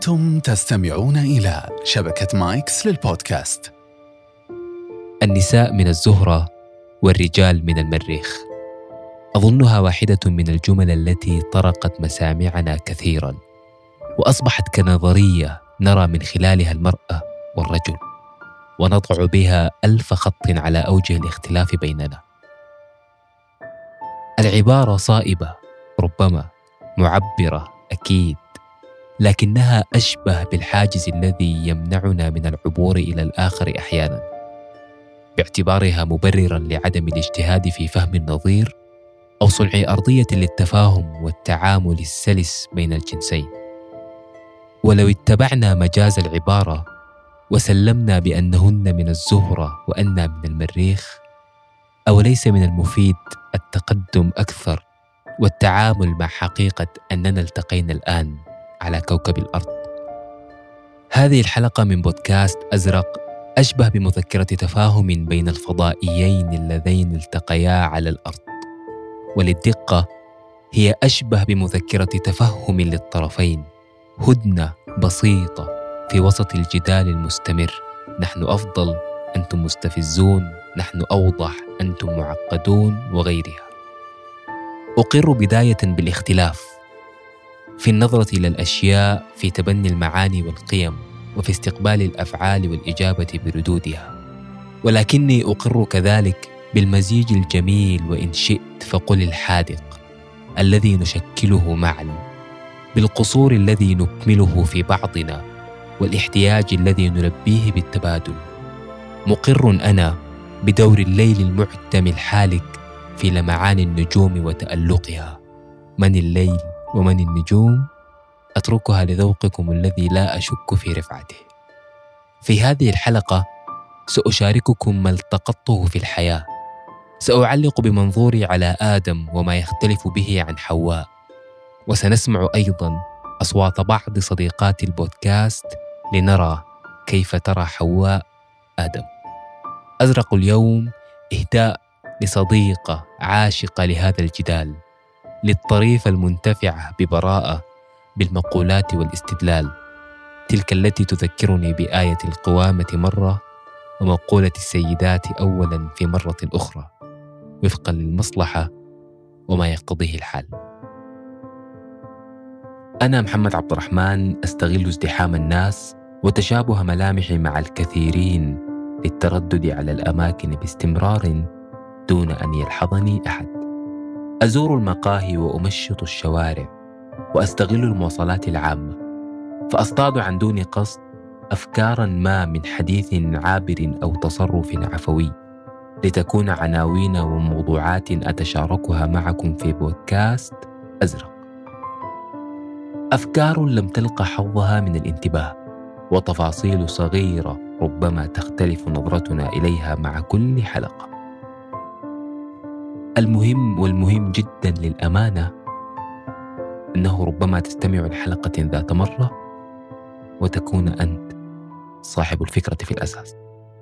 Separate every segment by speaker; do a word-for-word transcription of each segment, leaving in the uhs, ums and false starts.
Speaker 1: أنتم تستمعون إلى شبكة مايكس للبودكاست.
Speaker 2: النساء من الزهرة والرجال من المريخ. أظنها واحدة من الجمل التي طرقت مسامعنا كثيراً، وأصبحت كنظرية نرى من خلالها المرأة والرجل، ونضع بها ألف خط على أوجه الاختلاف بيننا. العبارة صائبة ربما، معبرة أكيد، لكنها أشبه بالحاجز الذي يمنعنا من العبور إلى الآخر أحياناً، باعتبارها مبرراً لعدم الاجتهاد في فهم النظير أو صنع أرضية للتفاهم والتعامل السلس بين الجنسين. ولو اتبعنا مجاز العبارة وسلمنا بأنهن من الزهرة وأنا من المريخ، أوليس من المفيد التقدم أكثر والتعامل مع حقيقة أننا التقينا الآن على كوكب الأرض؟ هذه الحلقة من بودكاست أزرق أشبه بمذكرة تفاهم بين الفضائيين اللذين التقيا على الأرض، وللدقة هي أشبه بمذكرة تفهم للطرفين، هدنة بسيطة في وسط الجدال المستمر. نحن أفضل، أنتم مستفزون، نحن أوضح، أنتم معقدون، وغيرها. أقر بداية بالاختلاف في النظرة إلى الأشياء، في تبني المعاني والقيم، وفي استقبال الأفعال والإجابة بردودها، ولكني أقر كذلك بالمزيج الجميل، وإن شئت فقل الحادق، الذي نشكله معا، بالقصور الذي نكمله في بعضنا، والاحتياج الذي نلبيه بالتبادل. مقر أنا بدور الليل المعتم الحالك في لمعان النجوم وتألقها. من الليل ومن النجوم أتركها لذوقكم الذي لا أشك في رفعته. في هذه الحلقة سأشارككم ما التقطته في الحياة، سأعلق بمنظوري على آدم وما يختلف به عن حواء، وسنسمع أيضاً أصوات بعض صديقات البودكاست لنرى كيف ترى حواء آدم. أزرق اليوم إهداء لصديقة عاشقة لهذا الجدال، للطريفة المنتفعة ببراءة بالمقولات والاستدلال، تلك التي تذكرني بآية القوامة مرة ومقولة السيدات أولاً في مرة أخرى، وفقاً للمصلحة وما يقتضيه الحال. أنا محمد عبد الرحمن، أستغل ازدحام الناس وتشابه ملامحي مع الكثيرين للتردد على الأماكن باستمرار دون أن يلحظني أحد. أزور المقاهي وأمشط الشوارع، وأستغل المواصلات العامة، فأصطاد عن دون قصد أفكاراً ما من حديث عابر أو تصرف عفوي، لتكون عناوين وموضوعات أتشاركها معكم في بودكاست أزرق. أفكار لم تلقى حظها من الانتباه، وتفاصيل صغيرة ربما تختلف نظرتنا إليها مع كل حلقة. المهم والمهم جدا للأمانة أنه ربما تستمع لحلقة ذات مرة وتكون أنت صاحب الفكرة في الأساس.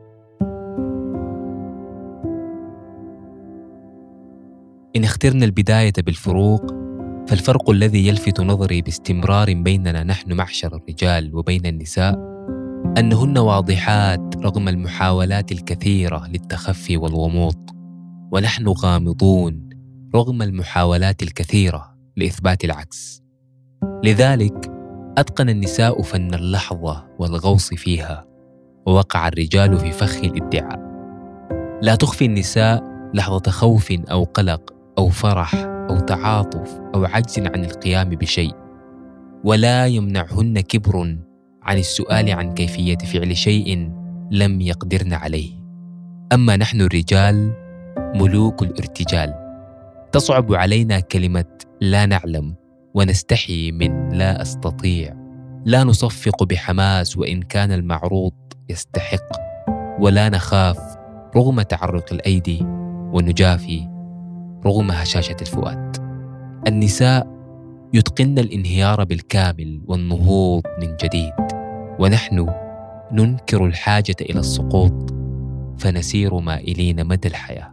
Speaker 2: إن اخترنا البداية بالفروق، فالفرق الذي يلفت نظري باستمرار بيننا نحن معشر الرجال وبين النساء أنهن واضحات رغم المحاولات الكثيرة للتخفي والغموض، ونحن غامضون رغم المحاولات الكثيرة لإثبات العكس. لذلك أتقن النساء فن اللحظة والغوص فيها، ووقع الرجال في فخ الادعاء. لا تخفي النساء لحظة خوف أو قلق أو فرح أو تعاطف أو عجز عن القيام بشيء، ولا يمنعهن كبر عن السؤال عن كيفية فعل شيء لم يقدرن عليه. أما نحن الرجال ملوك الارتجال، تصعب علينا كلمة لا نعلم، ونستحي من لا أستطيع. لا نصفق بحماس وإن كان المعروض يستحق، ولا نخاف رغم تعرق الأيدي، ونجافي رغم هشاشة الفؤاد. النساء يتقن الانهيار بالكامل والنهوض من جديد، ونحن ننكر الحاجة إلى السقوط، فنسير مائلين مدى الحياة.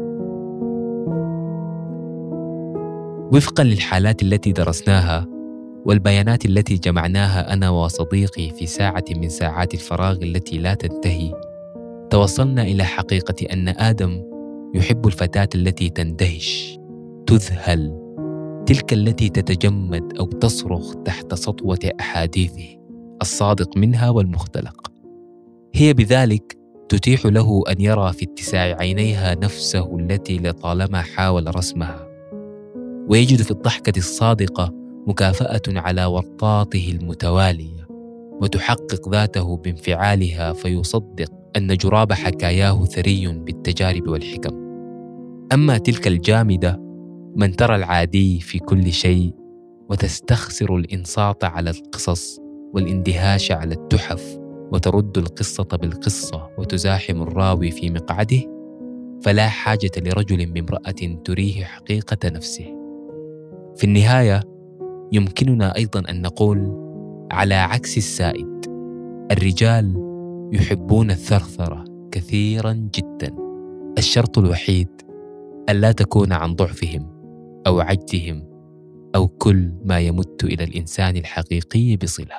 Speaker 2: وفقاً للحالات التي درسناها، والبيانات التي جمعناها أنا وصديقي في ساعة من ساعات الفراغ التي لا تنتهي، توصلنا إلى حقيقة أن آدم يحب الفتاة التي تندهش، تذهل، تلك التي تتجمد أو تصرخ تحت سطوة أحاديثه الصادق منها والمختلق. هي بذلك تتيح له أن يرى في اتساع عينيها نفسه التي لطالما حاول رسمها، ويجد في الضحكة الصادقة مكافأة على ورطاته المتوالية، وتحقق ذاته بانفعالها فيصدق أن جراب حكاياه ثري بالتجارب والحكم. أما تلك الجامدة من ترى العادي في كل شيء وتستخسر الإنصات على القصص والاندهاش على التحف، وترد القصة بالقصة وتزاحم الراوي في مقعده، فلا حاجة لرجل بامرأة تريه حقيقة نفسه. في النهاية يمكننا أيضا أن نقول على عكس السائد، الرجال يحبون الثرثرة كثيرا جدا، الشرط الوحيد ألا تكون عن ضعفهم أو عجزهم أو كل ما يمت إلى الإنسان الحقيقي بصلة.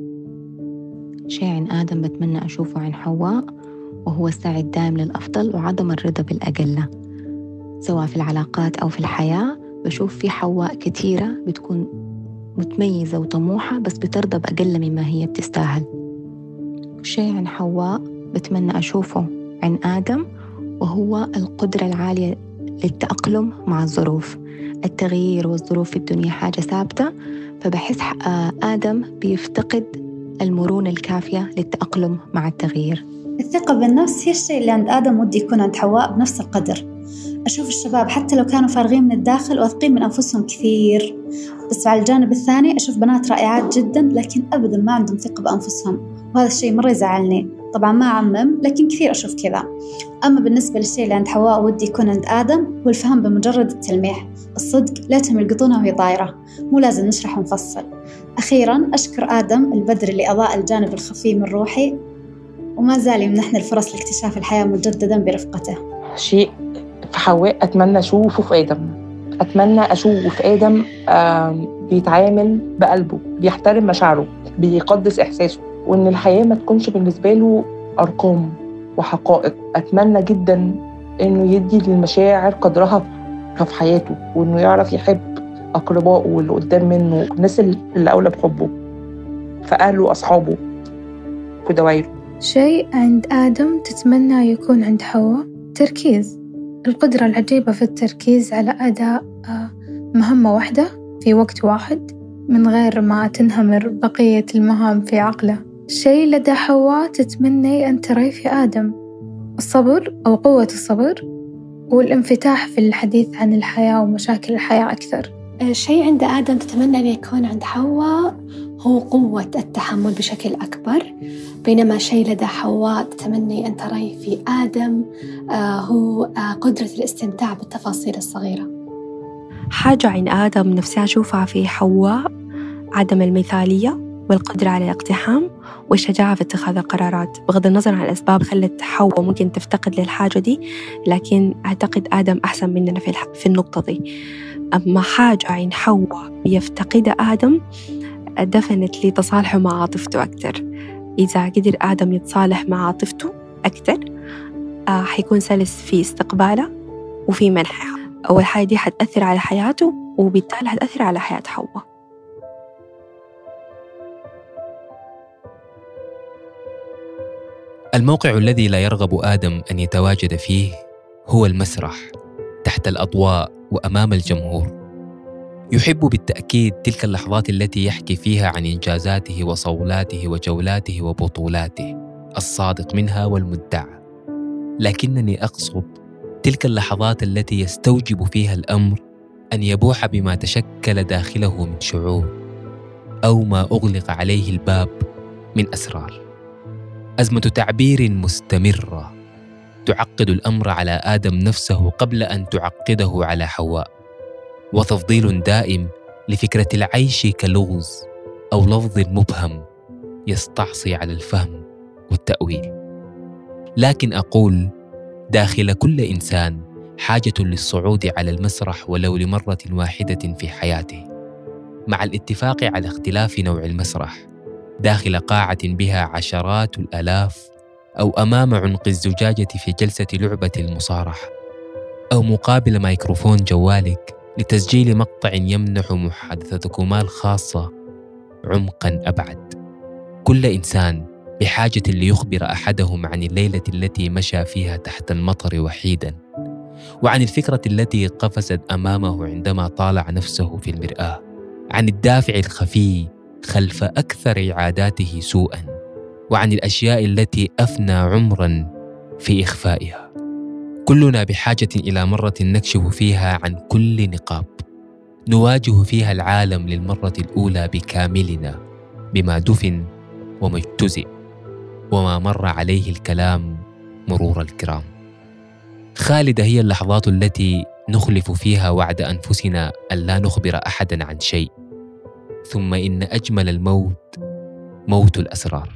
Speaker 3: شيء عن آدم بتمنى أشوفه عن حواء، وهو السعي الدائم للأفضل وعدم الرضا بالأقل، سواء في العلاقات أو في الحياة. بشوف في حواء كثيرة بتكون متميزة وطموحة بس بترضى بأقل مما هي بتستاهل. شيء عن حواء بتمنى أشوفه عن آدم، وهو القدرة العالية للتأقلم مع الظروف. التغيير والظروف في الدنيا حاجة ثابتة، فبحس آدم بيفتقد المرونة الكافية للتأقلم مع التغيير.
Speaker 4: الثقة بالنفس هي الشيء اللي عند آدم ودي يكون عند حواء بنفس القدر. أشوف الشباب حتى لو كانوا فارغين من الداخل واثقين من أنفسهم كثير، بس على الجانب الثاني أشوف بنات رائعات جدا لكن أبدا ما عندهم ثقة بأنفسهم، وهذا الشيء مرة يزعلني. طبعا ما أعمم لكن كثير أشوف كذا. أما بالنسبة للشيء اللي عند حواء ودي يكون عند آدم هو الفهم بمجرد التلميح، الصدق لا تهم يلقطونها وهي طايرة، مو لازم نشرح ونفصل. أخيرا أشكر آدم البدر اللي أضاء الجانب الخفي من روحي، وما زال يمنحني الفرص لاكتشاف الحياة مجددا برفقته.
Speaker 5: شيء في حواء أتمنى أشوفه في آدم، أتمنى أشوفه في آدم بيتعامل بقلبه، بيحترم مشاعره، بيقدس إحساسه، وإن الحياة ما تكونش بالنسبة له أرقام وحقائق. أتمنى جدا إنه يدي للمشاعر قدرها في حياته، وإنه يعرف يحب أقربائه واللي قدام منه، الناس اللي أولى بحبه، فأهله وأصحابه في دوايره.
Speaker 6: شيء عند آدم تتمنى يكون عند حواء تركيز، القدرة العجيبة في التركيز على أداء مهمة واحدة في وقت واحد من غير ما تنهمر بقية المهام في عقله. شيء لدى حواء تتمني أن تريه في آدم، الصبر أو قوة الصبر والانفتاح في الحديث عن الحياة ومشاكل الحياة أكثر.
Speaker 7: شيء عند آدم تتمنى أن يكون عند حواء هو قوة التحمل بشكل أكبر، بينما شيء لدى حواء تتمني أن تريه في آدم هو قدرة الاستمتاع بالتفاصيل الصغيرة.
Speaker 8: حاجة عن آدم نفسها أشوفها في حواء عدم المثالية والقدرة على الاقتحام والشجاعة في اتخاذ القرارات، بغض النظر عن الأسباب خلت حواء ممكن تفتقد للحاجة دي، لكن أعتقد آدم أحسن مننا في في النقطة دي. أما حاجة عن حواء بيفتقد آدم دفنت لي تصالحه مع عاطفته أكتر. إذا قدر آدم يتصالح مع عاطفته أكتر آه حيكون سلس في استقباله وفي منحها. أول حاجة دي حتأثر على حياته وبالتالي حتأثر على حياة حواء.
Speaker 2: الموقع الذي لا يرغب آدم أن يتواجد فيه هو المسرح، تحت الأضواء وأمام الجمهور. يحب بالتأكيد تلك اللحظات التي يحكي فيها عن إنجازاته وصولاته وجولاته وبطولاته الصادق منها والمدعى، لكنني أقصد تلك اللحظات التي يستوجب فيها الأمر أن يبوح بما تشكل داخله من شعور أو ما أغلق عليه الباب من أسرار. أزمة تعبير مستمرة تعقد الأمر على آدم نفسه قبل أن تعقده على حواء، وتفضيل دائم لفكرة العيش كلغز أو لفظ مبهم يستعصي على الفهم والتأويل. لكن أقول داخل كل إنسان حاجة للصعود على المسرح ولو لمرة واحدة في حياته، مع الاتفاق على اختلاف نوع المسرح داخل قاعة بها عشرات الآلاف، أو أمام عنق الزجاجة في جلسة لعبة المصارحة، أو مقابل ميكروفون جوالك لتسجيل مقطع يمنح محادثتكما الخاصة عمقاً أبعد. كل إنسان بحاجة ليخبر أحدهم عن الليلة التي مشى فيها تحت المطر وحيداً، وعن الفكرة التي قفزت أمامه عندما طالع نفسه في المرآة، عن الدافع الخفي خلف أكثر عاداته سوءاً، وعن الأشياء التي أفنى عمراً في إخفائها. كلنا بحاجة إلى مرة نكشف فيها عن كل نقاب، نواجه فيها العالم للمرة الأولى بكاملنا، بما دفن وما اجتزئ وما مر عليه الكلام مرور الكرام. خالدة هي اللحظات التي نخلف فيها وعد أنفسنا أن لا نخبر أحداً عن شيء، ثم إن أجمل الموت موت الأسرار.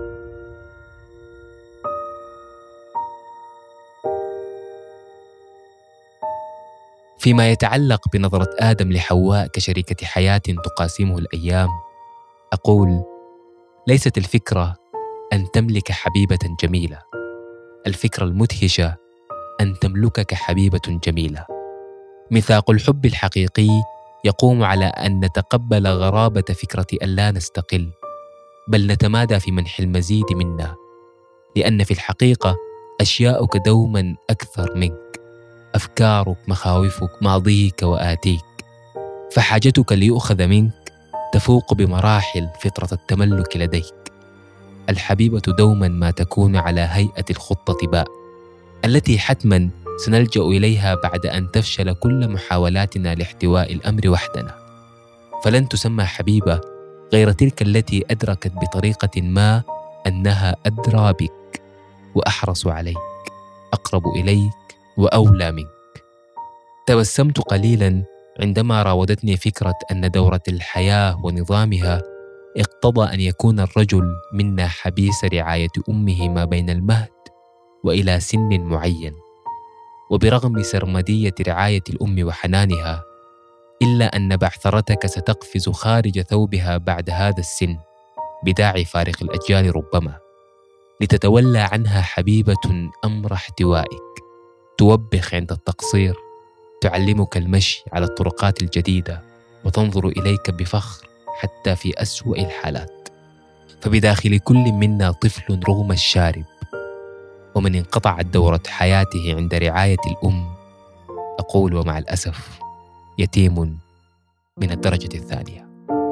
Speaker 2: فيما يتعلق بنظرة آدم لحواء كشريكة حياة تقاسمه الأيام، أقول: ليست الفكرة أن تملك حبيبة جميلة، الفكرة المدهشة أن تملكك حبيبة جميلة. ميثاق الحب الحقيقي يقوم على أن نتقبل غرابة فكرة أن لا نستقل، بل نتمادى في منح المزيد منا، لأن في الحقيقة أشياؤك دوما أكثر منك، أفكارك، مخاوفك، ماضيك وآتيك، فحاجتك ليؤخذ منك تفوق بمراحل فطرة التملك لديك. الحبيبة دوما ما تكون على هيئة الخطة باء، التي حتما سنلجأ إليها بعد أن تفشل كل محاولاتنا لاحتواء الأمر وحدنا. فلن تسمى حبيبة غير تلك التي أدركت بطريقة ما أنها أدرى بك وأحرص عليك، أقرب إليك وأولى منك. تبسمت قليلا عندما راودتني فكرة أن دورة الحياة ونظامها اقتضى أن يكون الرجل منا حبيس رعاية أمه ما بين المهد وإلى سن معين. وبرغم سرمدية رعاية الأم وحنانها، إلا أن بعثرتك ستقفز خارج ثوبها بعد هذا السن بداعي فارق الأجيال ربما، لتتولى عنها حبيبة أمر احتوائك، توبخ عند التقصير، تعلمك المشي على الطرقات الجديدة، وتنظر إليك بفخر حتى في أسوأ الحالات. فبداخل كل منا طفل رغم الشارب، ومن انقطعت دورة حياته عند رعاية الأم، أقول ومع الأسف يتيم من الدرجة الثانية.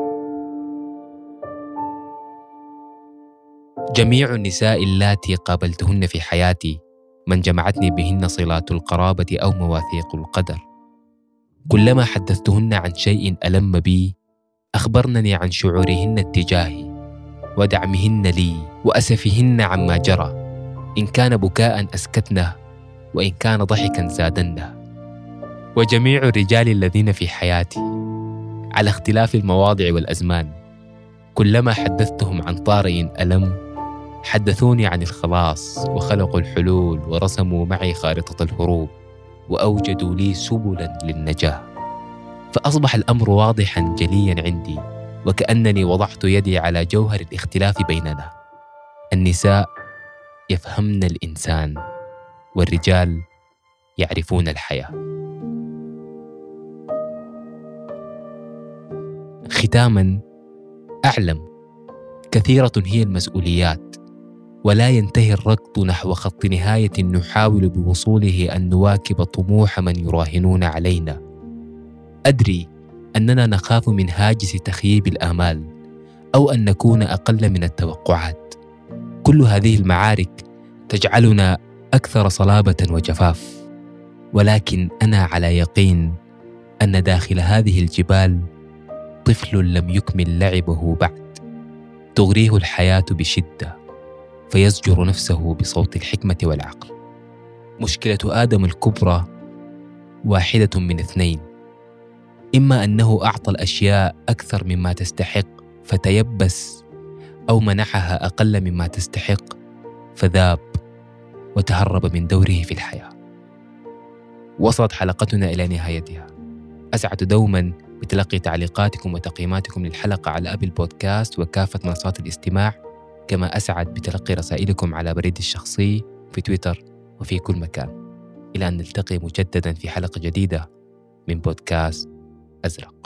Speaker 2: جميع النساء اللاتي قابلتهن في حياتي من جمعتني بهن صلات القرابة أو مواثيق القدر، كلما حدثتهن عن شيء ألم بي أخبرنني عن شعورهن اتجاهي ودعمهن لي وأسفهن عما جرى، إن كان بكاء أسكتنه وإن كان ضحكا زادنه. وجميع الرجال الذين في حياتي على اختلاف المواضع والأزمان، كلما حدثتهم عن طارئ ألم حدثوني عن الخلاص وخلقوا الحلول ورسموا معي خارطة الهروب وأوجدوا لي سبلا للنجاة. فأصبح الأمر واضحا جليا عندي، وكأنني وضعت يدي على جوهر الاختلاف بيننا. النساء يفهمن الإنسان، والرجال يعرفون الحياة. ختاما، أعلم كثيرة هي المسؤوليات، ولا ينتهي الركض نحو خط نهاية نحاول بوصوله أن نواكب طموح من يراهنون علينا. أدري أننا نخاف من هاجس تخييب الآمال، أو أن نكون أقل من التوقعات. كل هذه المعارك تجعلنا أكثر صلابة وجفاف، ولكن أنا على يقين أن داخل هذه الجبال طفل لم يكمل لعبه بعد، تغريه الحياة بشدة فيزجر نفسه بصوت الحكمة والعقل. مشكلة آدم الكبرى واحدة من اثنين: إما أنه أعطى الأشياء أكثر مما تستحق فتيبس، أو منحها أقل مما تستحق فذاب وتهرب من دوره في الحياة. وصلت حلقتنا إلى نهايتها. أسعد دوما بتلقي تعليقاتكم وتقييماتكم للحلقة على أبل بودكاست وكافة منصات الاستماع، كما أسعد بتلقي رسائلكم على بريدي الشخصي في تويتر وفي كل مكان. إلى أن نلتقي مجددا في حلقة جديدة من بودكاست أزرق.